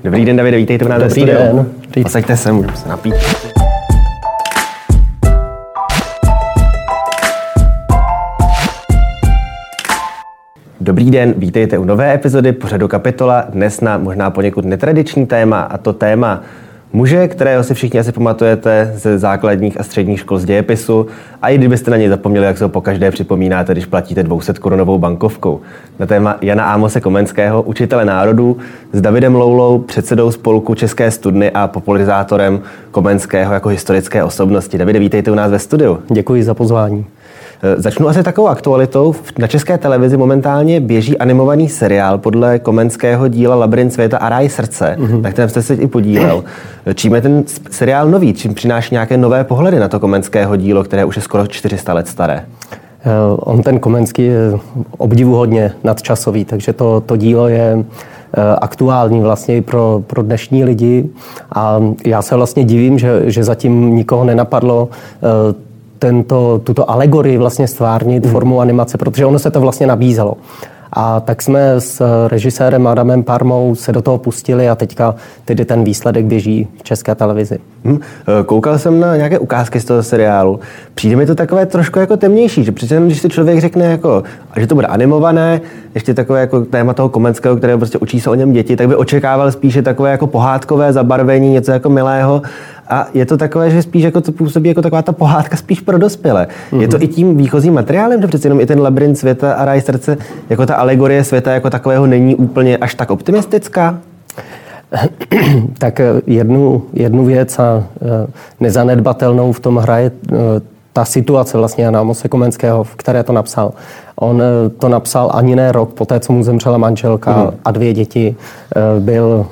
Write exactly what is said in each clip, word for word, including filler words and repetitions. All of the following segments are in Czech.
Dobrý den, Davide, vítejte v nás ve studiu. Dobrý den. Posaďte se, můžeme se napít. Dobrý den, vítejte u nové epizody pořadu Kapitola, dnes na možná poněkud netradiční téma, a to téma muže, kterého si všichni asi pamatujete ze základních a středních škol z dějepisu, a i kdybyste na něj zapomněli, jak se ho pokaždé připomínáte, když platíte dvě stě korunovou bankovkou. Na téma Jana Ámose Komenského, učitele národů, s Davidem Loulou, předsedou spolku České studny a popularizátorem Komenského jako historické osobnosti. Davide, vítejte u nás ve studiu. Děkuji za pozvání. Začnu asi takovou aktualitou. Na České televizi momentálně běží animovaný seriál podle Komenského díla Labyrint světa a ráj srdce, mm-hmm. na kterém jste se i podílel. Čím je ten seriál nový? Čím přináší nějaké nové pohledy na to Komenského dílo, které už je skoro čtyři sta let staré? On ten Komenský je obdivuhodně nadčasový, takže to, to dílo je aktuální vlastně pro, pro dnešní lidi. A já se vlastně divím, že, že zatím nikoho nenapadlo Tento, tuto alegorii vlastně stvárnit mm. formou animace, protože ono se to vlastně nabízelo. A tak jsme s režisérem Adamem Parmou se do toho pustili a teďka tedy ten výsledek běží v České televizi. Hmm. Koukal jsem na nějaké ukázky z toho seriálu. Přijde mi to takové trošku jako temnější, že přece když si člověk řekne, jako, že to bude animované, ještě takové jako téma toho Komenského, které prostě učí se o něm děti, tak by očekával spíše takové jako pohádkové zabarvení, něco jako milého. A je to takové, že spíš jako to působí jako taková ta pohádka spíš pro dospělé. Mm-hmm. Je to i tím výchozím materiálem, že přece jenom i ten Labyrint světa a ráj srdce, jako ta alegorie světa jako takového není úplně až tak optimistická? Tak jednu, jednu věc a nezanedbatelnou v tom hraje ta situace vlastně Jana Ámose Komenského, v které to napsal. On to napsal ani ne rok poté, co mu zemřela manželka mm. a dvě děti. Byl,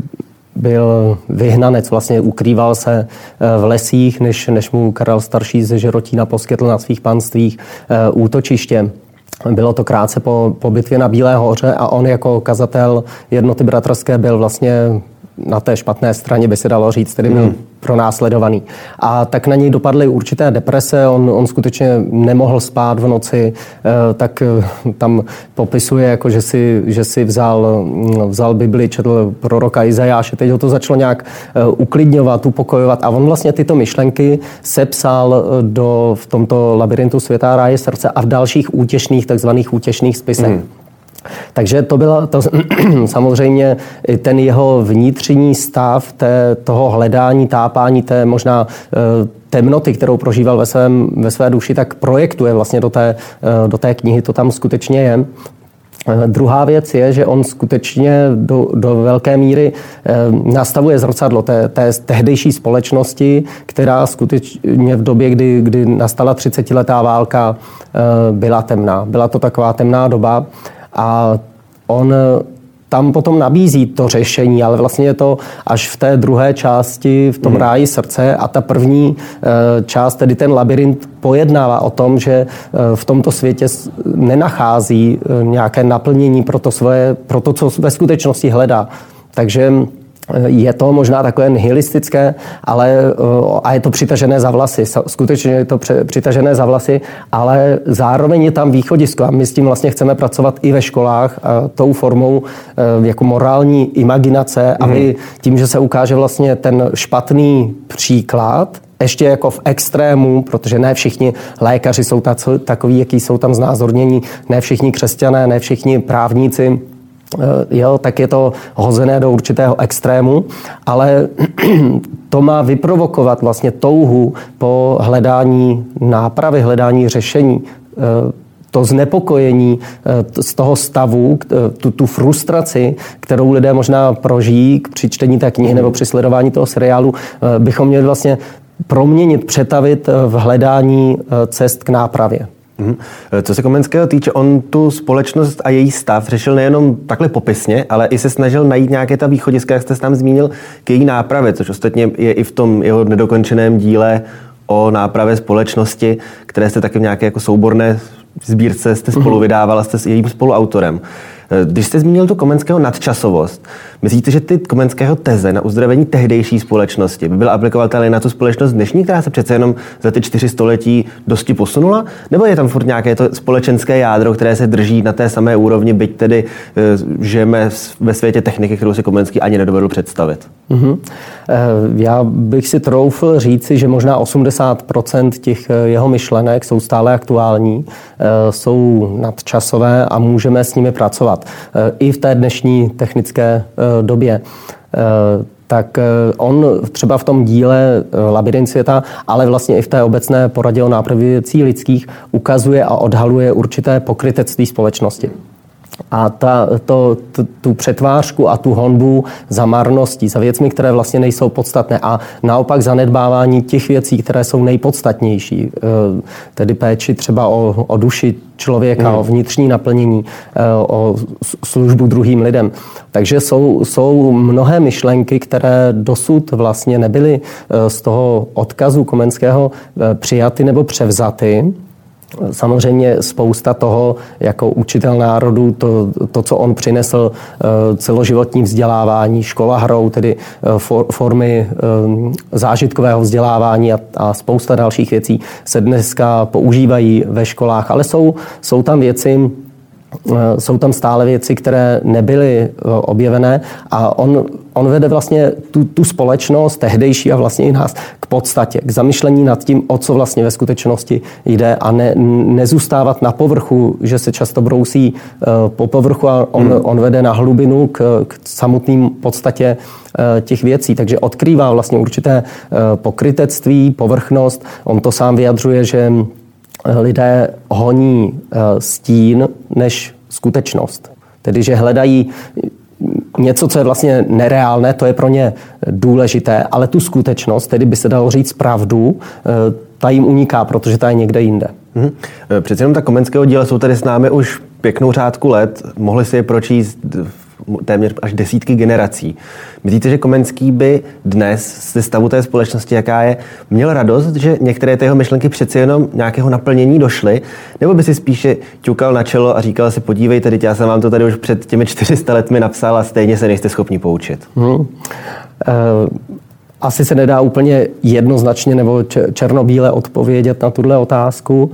byl vyhnanec, vlastně ukrýval se v lesích, než, než mu Karel starší ze Žerotína poskytl na svých panstvích útočiště. Bylo to krátce po, po bitvě na Bílé hoře a on jako kazatel jednoty bratrské byl vlastně na té špatné straně, by se dalo říct, tedy byl hmm. pronásledovaný. A tak na něj dopadly určité deprese, on, on skutečně nemohl spát v noci, tak tam popisuje, jako, že, si, že si vzal, vzal Bibli, četl proroka Izajáše, teď ho to začalo nějak uklidňovat, upokojovat a on vlastně tyto myšlenky sepsal do, v tomto Labyrintu světa a ráje srdce a v dalších útěšných, takzvaných útěšných spisech. Hmm. Takže to byla to, samozřejmě ten jeho vnitřní stav té, toho hledání, tápání té možná temnoty, kterou prožíval ve, svém, ve své duši, tak projektuje vlastně do té, do té knihy, to tam skutečně je. Druhá věc je, že on skutečně do, do velké míry nastavuje zrcadlo té, té tehdejší společnosti, která skutečně v době, kdy, kdy nastala třicetiletá válka, byla temná. Byla to taková temná doba. A on tam potom nabízí to řešení, ale vlastně je to až v té druhé části, v tom mm. ráji srdce a ta první část, tedy ten labyrint, pojednává o tom, že v tomto světě nenachází nějaké naplnění pro to, svoje, pro to, co ve skutečnosti hledá. Takže je to možná takové nihilistické, ale a je to přitažené za vlasy. Skutečně je to přitažené za vlasy, ale zároveň je tam východisko a my s tím vlastně chceme pracovat i ve školách a tou formou jako morální imaginace, mm. aby tím, že se ukáže vlastně ten špatný příklad, ještě jako v extrému, protože ne všichni lékaři jsou takoví, jaký jsou tam znázornění, ne všichni křesťané, ne všichni právníci, jo, tak je to hozené do určitého extrému, ale to má vyprovokovat vlastně touhu po hledání nápravy, hledání řešení, to znepokojení z toho stavu, tu, tu frustraci, kterou lidé možná prožijí při čtení té knihy nebo při sledování toho seriálu, bychom měli vlastně proměnit, přetavit v hledání cest k nápravě. Hmm. Co se Komenského týče, on tu společnost a její stav řešil nejenom takhle popisně, ale i se snažil najít nějaké ta východiska, jak jste se tam zmínil, k její nápravě, což ostatně je i v tom jeho nedokončeném díle o nápravě společnosti, které jste taky v nějaké jako souborné sbírce jste spolu vydával a jste s jejím spoluautorem. Když jste zmínil tu Komenského nadčasovost, myslíte, že ty Komenského teze na uzdravení tehdejší společnosti by byla aplikovatelná na tu společnost dnešní, která se přece jenom za ty čtyři století dosti posunula? Nebo je tam furt nějaké to společenské jádro, které se drží na té samé úrovni, byť tedy žijeme ve světě techniky, kterou si Komenský ani nedovedl představit? Mm-hmm. Já bych si troufl říci, že možná osmdesát procent těch jeho myšlenek jsou stále aktuální, jsou nadčasové a můžeme s nimi pracovat. I v té dnešní technické době. Tak on třeba v tom díle Labyrint světa, ale vlastně i v té obecné poradě o nápravě věcí lidských ukazuje a odhaluje určité pokrytectví společnosti. A ta, to, tu, tu přetvářku a tu honbu za marností, za věcmi, které vlastně nejsou podstatné a naopak zanedbávání těch věcí, které jsou nejpodstatnější, tedy péči třeba o, o duši člověka, mm. o vnitřní naplnění, o službu druhým lidem. Takže jsou, jsou mnohé myšlenky, které dosud vlastně nebyly z toho odkazu Komenského přijaty nebo převzaty. Samozřejmě spousta toho jako učitel národů, to, to co on přinesl, celoživotní vzdělávání, škola hrou, tedy for, formy zážitkového vzdělávání a, a spousta dalších věcí se dneska používají ve školách, ale jsou, jsou tam věci, jsou tam stále věci, které nebyly objevené a on, on vede vlastně tu, tu společnost tehdejší a vlastně i nás k podstatě, k zamyšlení nad tím, o co vlastně ve skutečnosti jde a ne, nezůstávat na povrchu, že se často brousí po povrchu a on, hmm. on vede na hlubinu k, k samotným podstatě těch věcí. Takže odkrývá vlastně určité pokrytectví, povrchnost. On to sám vyjadřuje, že lidé honí stín než skutečnost. Tedy, že hledají něco, co je vlastně nereálné, to je pro ně důležité, ale tu skutečnost, tedy by se dalo říct pravdu, ta jim uniká, protože ta je někde jinde. Hmm. Přece jenom ta Komenského díla jsou tady s námi už pěknou řádku let. Mohli si je pročíst téměř až desítky generací. Myslíte, že Komenský by dnes ze stavu té společnosti, jaká je, měl radost, že některé ty jeho myšlenky přeci jenom nějakého naplnění došly? Nebo by si spíše ťukal na čelo a říkal si, podívejte, teď já jsem vám to tady už před těmi čtyři sta letmi napsal a stejně se nejste schopni poučit? Hmm. Uh... Asi se nedá úplně jednoznačně nebo černobíle odpovědět na tuhle otázku.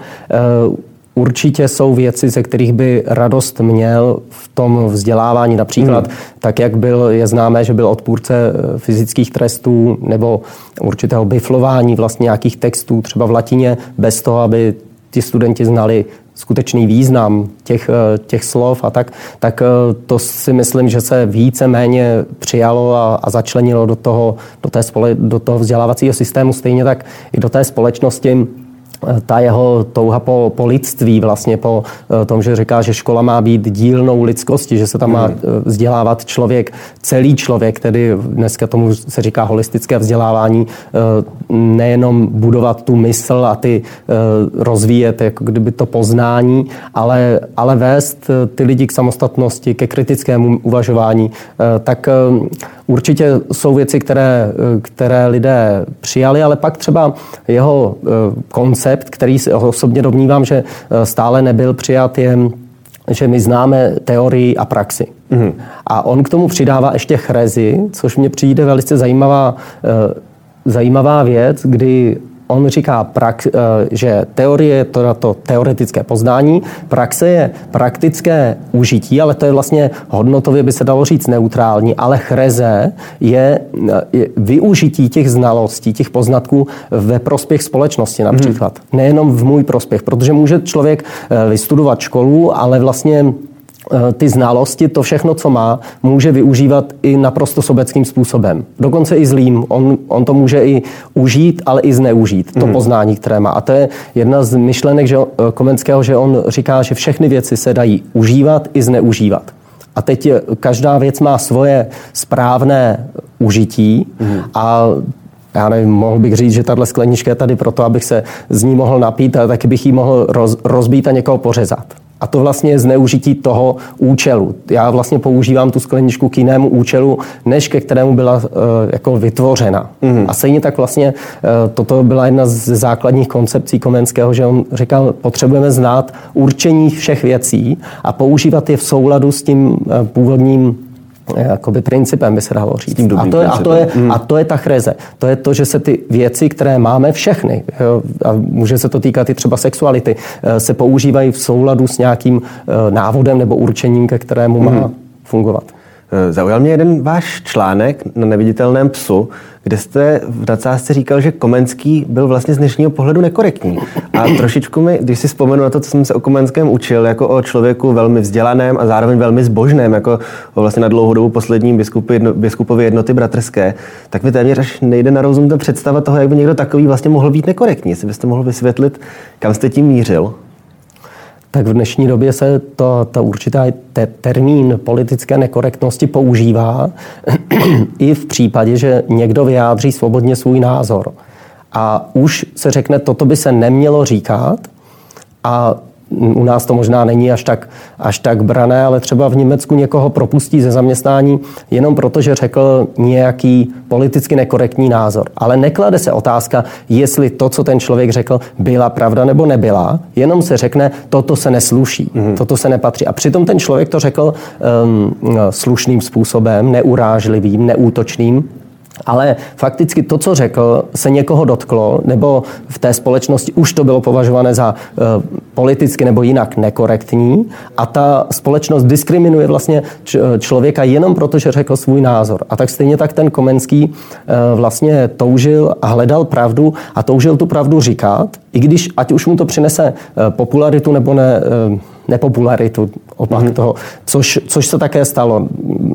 Určitě jsou věci, ze kterých by radost měl v tom vzdělávání. Například hmm. tak, jak byl, je známé, že byl odpůrce fyzických trestů nebo určitého biflování vlastně nějakých textů, třeba v latině, bez toho, aby ti studenti znali skutečný význam těch, těch slov a tak, tak to si myslím, že se více méně přijalo a, a začlenilo do toho, do, té spole, do toho vzdělávacího systému, stejně tak i do té společnosti. Ta jeho touha po, po lidství, vlastně po tom, že říká, že škola má být dílnou lidskosti, že se tam má vzdělávat člověk, celý člověk, tedy dneska tomu se říká holistické vzdělávání, nejenom budovat tu mysl a ty rozvíjet jako kdyby to poznání, ale, ale vést ty lidi k samostatnosti, ke kritickému uvažování, tak určitě jsou věci, které, které lidé přijali, ale pak třeba jeho koncept, který si osobně domnívám, že stále nebyl přijat, je, že my známe teorii a praxi. Mm. A on k tomu přidává ještě chrézi, což mně přijde velice zajímavá, zajímavá věc, kdy on říká, prax, že teorie je to, to teoretické poznání, praxe je praktické užití, ale to je vlastně hodnotově by se dalo říct neutrální, ale chréze je, je využití těch znalostí, těch poznatků ve prospěch společnosti například. Hmm. Nejenom v můj prospěch, protože může člověk vystudovat školu, ale vlastně ty znalosti, to všechno, co má, může využívat i naprosto sobeckým způsobem. Dokonce i zlým. On, on to může i užít, ale i zneužít. To mm. poznání, které má. A to je jedna z myšlenek že, Komenského, že on říká, že všechny věci se dají užívat i zneužívat. A teď každá věc má svoje správné užití mm. a já nevím, mohl bych říct, že tahle sklenička je tady proto, abych se z ní mohl napít, ale taky bych ji mohl roz, rozbít a někoho pořezat. A to vlastně je zneužití toho účelu. Já vlastně používám tu skleničku k jinému účelu, než ke kterému byla uh, jako vytvořena. Mm. A stejně tak vlastně uh, toto byla jedna z základních koncepcí Komenského, že on říkal, potřebujeme znát určení všech věcí a používat je v souladu s tím uh, původním jakoby principem, by se dalo říct. A to, je, a, to je, mm. a to je ta chréze. To je to, že se ty věci, které máme všechny, jo, a může se to týkat i třeba sexuality, se používají v souladu s nějakým návodem nebo určením, ke kterému mm. má fungovat. Zaujal mě jeden váš článek na Neviditelném psu, kde jste v nadsázce říkal, že Komenský byl vlastně z dnešního pohledu nekorektní. A trošičku mi, když si vzpomenu na to, co jsem se o Komenském učil, jako o člověku velmi vzdělaném a zároveň velmi zbožném, jako o vlastně na dlouhou dobu posledním biskupi, biskupovi jednoty bratrské, tak mi téměř až nejde na rozum ta představa toho, jak by někdo takový vlastně mohl být nekorektní. Jestli byste mohl vysvětlit, kam jste tím mířil? Tak v dnešní době se to, to určitá te, termín politické nekorektnosti používá i v případě, že někdo vyjádří svobodně svůj názor. A už se řekne, toto by se nemělo říkat a u nás to možná není až tak, až tak brané, ale třeba v Německu někoho propustí ze zaměstnání jenom proto, že řekl nějaký politicky nekorektní názor. Ale neklade se otázka, jestli to, co ten člověk řekl, byla pravda nebo nebyla. Jenom se řekne, toto se nesluší, mm. toto se nepatří. A přitom ten člověk to řekl um, slušným způsobem, neurážlivým, neútočným. Ale fakticky to, co řekl, se někoho dotklo, nebo v té společnosti už to bylo považované za uh, politicky nebo jinak nekorektní a ta společnost diskriminuje vlastně č- člověka jenom proto, že řekl svůj názor. A tak stejně tak ten Komenský uh, vlastně toužil a hledal pravdu a toužil tu pravdu říkat, i když ať už mu to přinese uh, popularitu nebo ne, uh, nepopularitu, opak mm-hmm. toho, což, což se také stalo.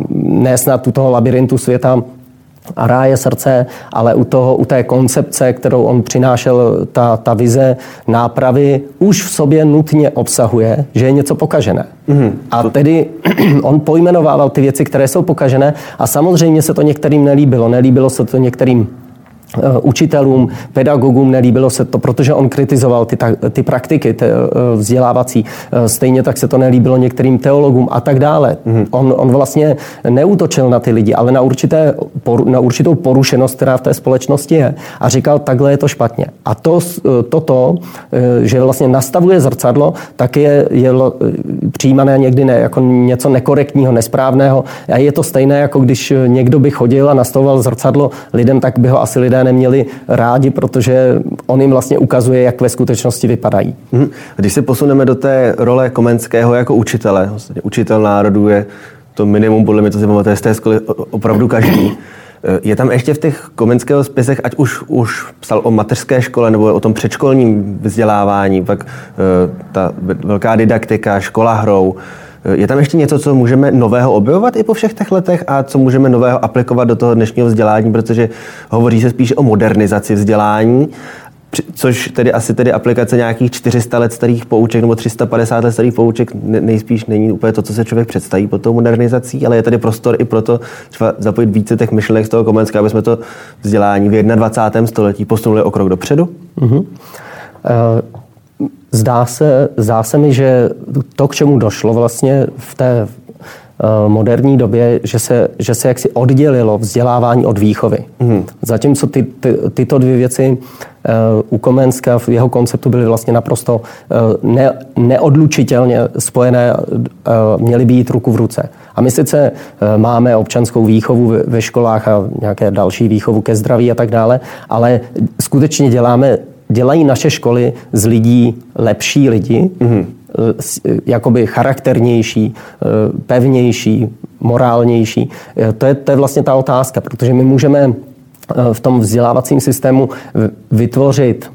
Ne snad u toho labirintu světa a ráje srdce, ale u, toho, u té koncepce, kterou on přinášel, ta, ta vize nápravy už v sobě nutně obsahuje, že je něco pokažené. Mm. A tedy on pojmenovával ty věci, které jsou pokažené a samozřejmě se to některým nelíbilo. Nelíbilo se to některým učitelům, pedagogům, nelíbilo se to, protože on kritizoval ty, ty praktiky ty vzdělávací. Stejně tak se to nelíbilo některým teologům a tak dále. Mm. On, on vlastně neútočil na ty lidi, ale na, určité, na určitou porušenost, která v té společnosti je. A říkal, takhle je to špatně. A to, toto, že vlastně nastavuje zrcadlo, tak je, je přijímané někdy ne, jako něco nekorektního, nesprávného. A je to stejné, jako když někdo by chodil a nastavoval zrcadlo lidem, tak by ho asi lidé neměli rádi, protože on jim vlastně ukazuje, jak ve skutečnosti vypadají. Hmm. Když se posuneme do té role Komenského jako učitele, vlastně učitel národů je to minimum, podle mě to si pamatuje z té školy opravdu každý. Je tam ještě v těch Komenského spisech, ať už, už psal o mateřské škole nebo o tom předškolním vzdělávání, pak ta velká didaktika, škola hrou. Je tam ještě něco, co můžeme nového objevovat i po všech těch letech a co můžeme nového aplikovat do toho dnešního vzdělání, protože hovoří se spíše o modernizaci vzdělání, což tedy asi tedy aplikace nějakých čtyři sta let starých pouček nebo tři sta padesát let starých pouček nejspíš není úplně to, co se člověk představí pod tou modernizací, ale je tady prostor i pro to třeba zapojit více těch myšlenek z toho Komenského, aby jsme to vzdělání v dvacátém prvním století posunuli o krok dopředu. Mm-hmm. Uh... Zdá se, zdá se mi, že to, k čemu došlo vlastně v té uh, moderní době, že se, že se jaksi oddělilo vzdělávání od výchovy. Mm. Zatímco ty, ty, tyto dvě věci uh, u Komenska v jeho konceptu byly vlastně naprosto uh, ne, neodlučitelně spojené, uh, měly být ruku v ruce. A my sice uh, máme občanskou výchovu ve, ve školách a nějaké další výchovu ke zdraví a tak dále, ale skutečně děláme Dělají naše školy z lidí lepší lidi, mm-hmm. jakoby charakternější, pevnější, morálnější. To je, to je vlastně ta otázka, protože my můžeme v tom vzdělávacím systému vytvořit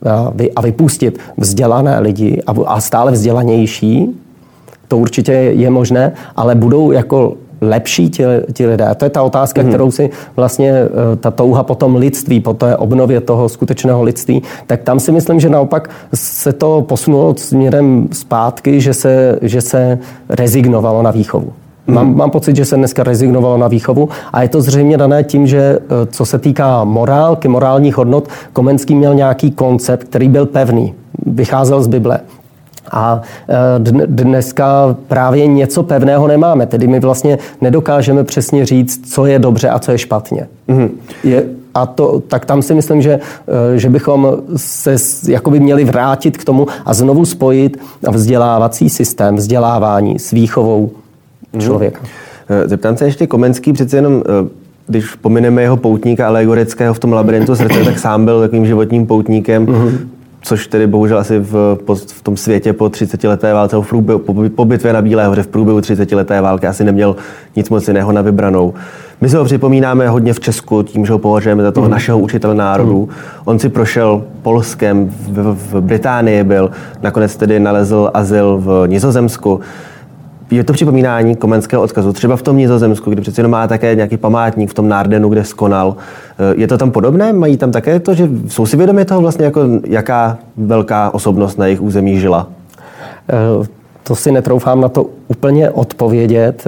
a vypustit vzdělané lidi a stále vzdělanější. To určitě je možné, ale budou jako lepší ti, ti lidé. A to je ta otázka, mm. kterou si vlastně ta touha po tom lidství, po té obnově toho skutečného lidství, tak tam si myslím, že naopak se to posunulo směrem zpátky, že se, že se rezignovalo na výchovu. Mm. Mám, mám pocit, že se dneska rezignovalo na výchovu a je to zřejmě dané tím, že co se týká morálky, morálních hodnot, Komenský měl nějaký koncept, který byl pevný. Vycházel z Bible. A dneska právě něco pevného nemáme, tedy my vlastně nedokážeme přesně říct, co je dobře a co je špatně. Mm-hmm. Je, a to, tak tam si myslím, že, že bychom se jakoby měli vrátit k tomu a znovu spojit vzdělávací systém, vzdělávání s výchovou člověka. Mm-hmm. Zeptám se ještě, Komenský přece jenom, když pomineme jeho poutníka alegorického v tom labirintu srdce, tak sám byl takovým životním poutníkem, mm-hmm. což tedy bohužel asi v, v tom světě po třicetileté válce, v průběhu, po, po bitvě na Bílé hoře v průběhu třicetileté války asi neměl nic moc jiného na vybranou. My si ho připomínáme hodně v Česku tím, že ho považujeme za toho mm. našeho učitele národů. Mm. On si prošel Polskem, v, v Británii byl, nakonec tedy nalezl azyl v Nizozemsku. Je to připomínání Komenského odkazu. Třeba v tom Nizozemsku, kdy přece jenom má také nějaký památník v tom Nardenu, kde skonal. Je to tam podobné? Mají tam také to, že jsou si vědomi toho vlastně, jako jaká velká osobnost na jejich území žila? To si netroufám na to úplně odpovědět.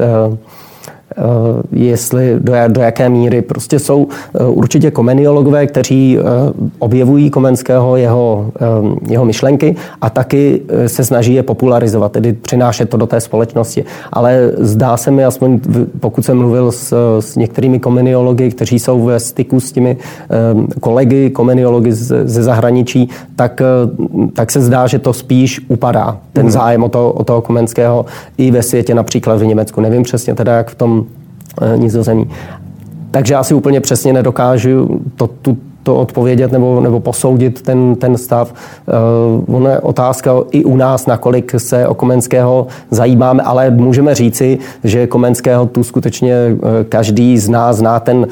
Jestli do, do jaké míry. Prostě jsou určitě komeniologové, kteří objevují Komenského, jeho, jeho myšlenky a taky se snaží je popularizovat, tedy přinášet to do té společnosti. Ale zdá se mi, aspoň pokud jsem mluvil s, s některými komeniology, kteří jsou ve styku s těmi kolegy, komeniology ze zahraničí, tak, tak se zdá, že to spíš upadá, ten zájem o, to, o toho Komenského i ve světě, například v Německu. Nevím přesně teda, jak v tom Nizozemí. Takže já si úplně přesně nedokážu to, tu, to odpovědět nebo, nebo posoudit ten, ten stav. Uh, ono je otázka i u nás, nakolik se o Komenského zajímáme, ale můžeme říci, že Komenského tu skutečně každý z nás zná ten,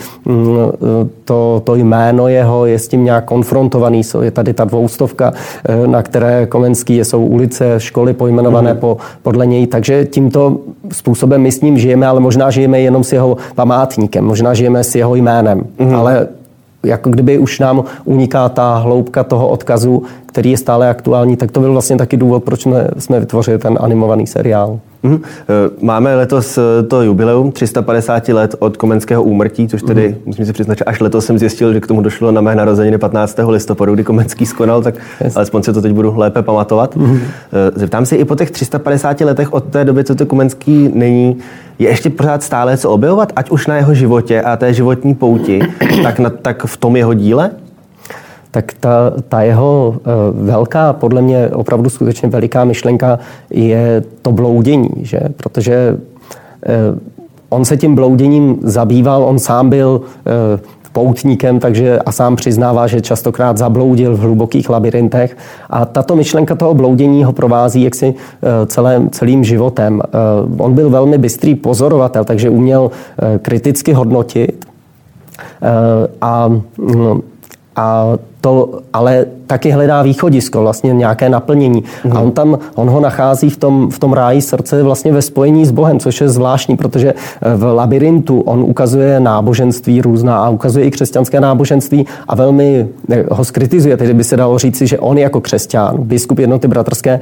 to, to jméno jeho, je s tím nějak konfrontovaný. Je tady ta dvoustovka, na které Komenský jsou ulice, školy pojmenované mm. po, podle něj. Takže tímto způsobem my s ním žijeme, ale možná žijeme jenom s jeho památníkem, možná žijeme s jeho jménem, mm. ale jako kdyby už nám uniká ta hloubka toho odkazu, který je stále aktuální, tak to byl vlastně taky důvod, proč jsme, jsme vytvořili ten animovaný seriál. Mm-hmm. Máme letos to jubileum tři sta padesát let od Komenského úmrtí, což tedy, mm-hmm. musím si přiznat, že až letos jsem zjistil, že k tomu došlo na mé narozeniny patnáctého listopadu, kdy Komenský skonal, tak yes. alespoň si to teď budu lépe pamatovat. Mm-hmm. Zeptám se i po těch tři sta padesáti letech od té doby, co to Komenský není, je ještě pořád stále co objevovat, ať už na jeho životě a té životní pouti, tak, na, tak v tom jeho díle? Tak ta, ta jeho uh, velká, podle mě opravdu skutečně veliká myšlenka je to bloudění, že? Protože uh, on se tím blouděním zabýval, on sám byl uh, poutníkem, takže a sám přiznává, že častokrát zabloudil v hlubokých labirintech. A tato myšlenka toho bloudění ho provází jaksi uh, celém, celým životem. Uh, on byl velmi bystrý pozorovatel, takže uměl uh, kriticky hodnotit uh, a uh, A to ale taky hledá východisko, vlastně nějaké naplnění. Mm. A on tam, on ho nachází v tom, v tom ráji srdce vlastně ve spojení s Bohem, což je zvláštní, protože v labirintu on ukazuje náboženství různá a ukazuje i křesťanské náboženství a velmi ho skritizuje. Tedy by se dalo říci, že on jako křesťan, biskup Jednoty bratrské,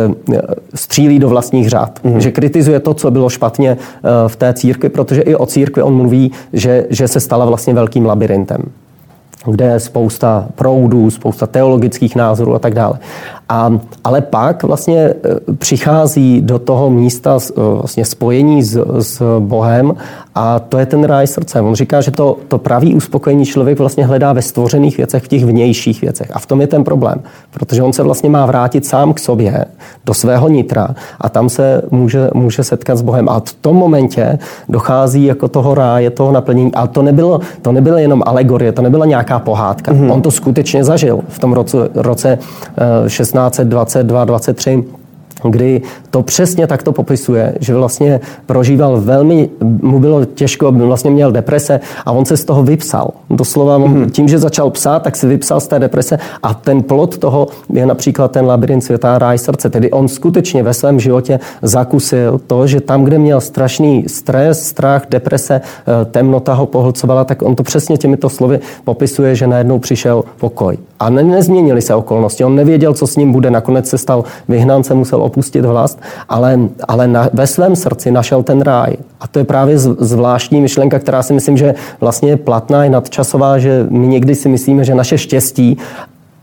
střílí do vlastních řád. Mm. Že kritizuje to, co bylo špatně v té církvi, protože i o církvi on mluví, že, že se stala vlastně velkým labirintem, kde je spousta proudů, spousta teologických názorů a tak dále. A, ale pak vlastně přichází do toho místa vlastně spojení s, s Bohem a to je ten ráj srdce. On říká, že to, to pravý uspokojení člověk vlastně hledá ve stvořených věcech, v těch vnějších věcech. A v tom je ten problém, protože on se vlastně má vrátit sám k sobě, do svého nitra a tam se může, může setkat s Bohem. A v tom momentě dochází jako toho ráje, toho naplnění. A to nebylo, to nebylo jenom alegorie, to nebyla nějaká pohádka. Mm-hmm. On to skutečně zažil v tom roce, roce šestnáct dvacet dva dvacet tři, kdy to přesně takto popisuje, že vlastně prožíval velmi, mu bylo těžko, vlastně měl deprese a on se z toho vypsal. Doslova mm-hmm. tím, že začal psát, tak se vypsal z té deprese a ten plod toho je například ten labirint světa, ráj srdce. Tedy on skutečně ve svém životě zakusil to, že tam, kde měl strašný stres, strach, deprese, temnota ho pohlcovala, tak on to přesně těmito slovy popisuje, že najednou přišel pokoj. A ne, nezměnily se okolnosti. On nevěděl, co s ním bude. Nakonec se stal vyhnancem, musel opustit vlast, ale, ale na, ve svém srdci našel ten ráj. A to je právě zvláštní myšlenka, která si myslím, že vlastně je platná i nadčasová, že my někdy si myslíme, že naše štěstí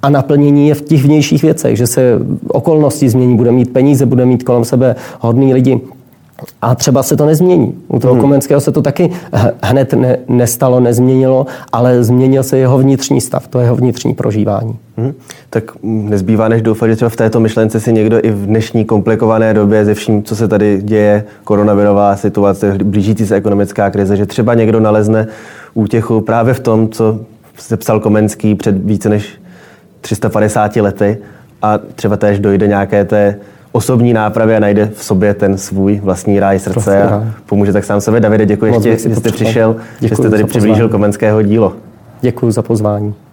a naplnění je v těch vnějších věcech, že se okolnosti změní, bude mít peníze, bude mít kolem sebe hodný lidi. A třeba se to nezmění. U toho hmm. Komenského se to taky hned ne, nestalo, nezměnilo, ale změnil se jeho vnitřní stav, to jeho vnitřní prožívání. Hmm. Tak nezbývá než doufat, že třeba v této myšlence si někdo i v dnešní komplikované době ze vším, co se tady děje, koronavirová situace, blížící se ekonomická krize, že třeba někdo nalezne útěchu právě v tom, co se psal Komenský před více než tři sta padesáti lety a třeba též dojde nějaké té osobní nápravě a najde v sobě ten svůj vlastní ráj srdce a pomůže tak sám sobě. Davide, děkuji ještě, že jste přišel, děkuji, že jste tady přiblížil Komenského dílo. Děkuji za pozvání.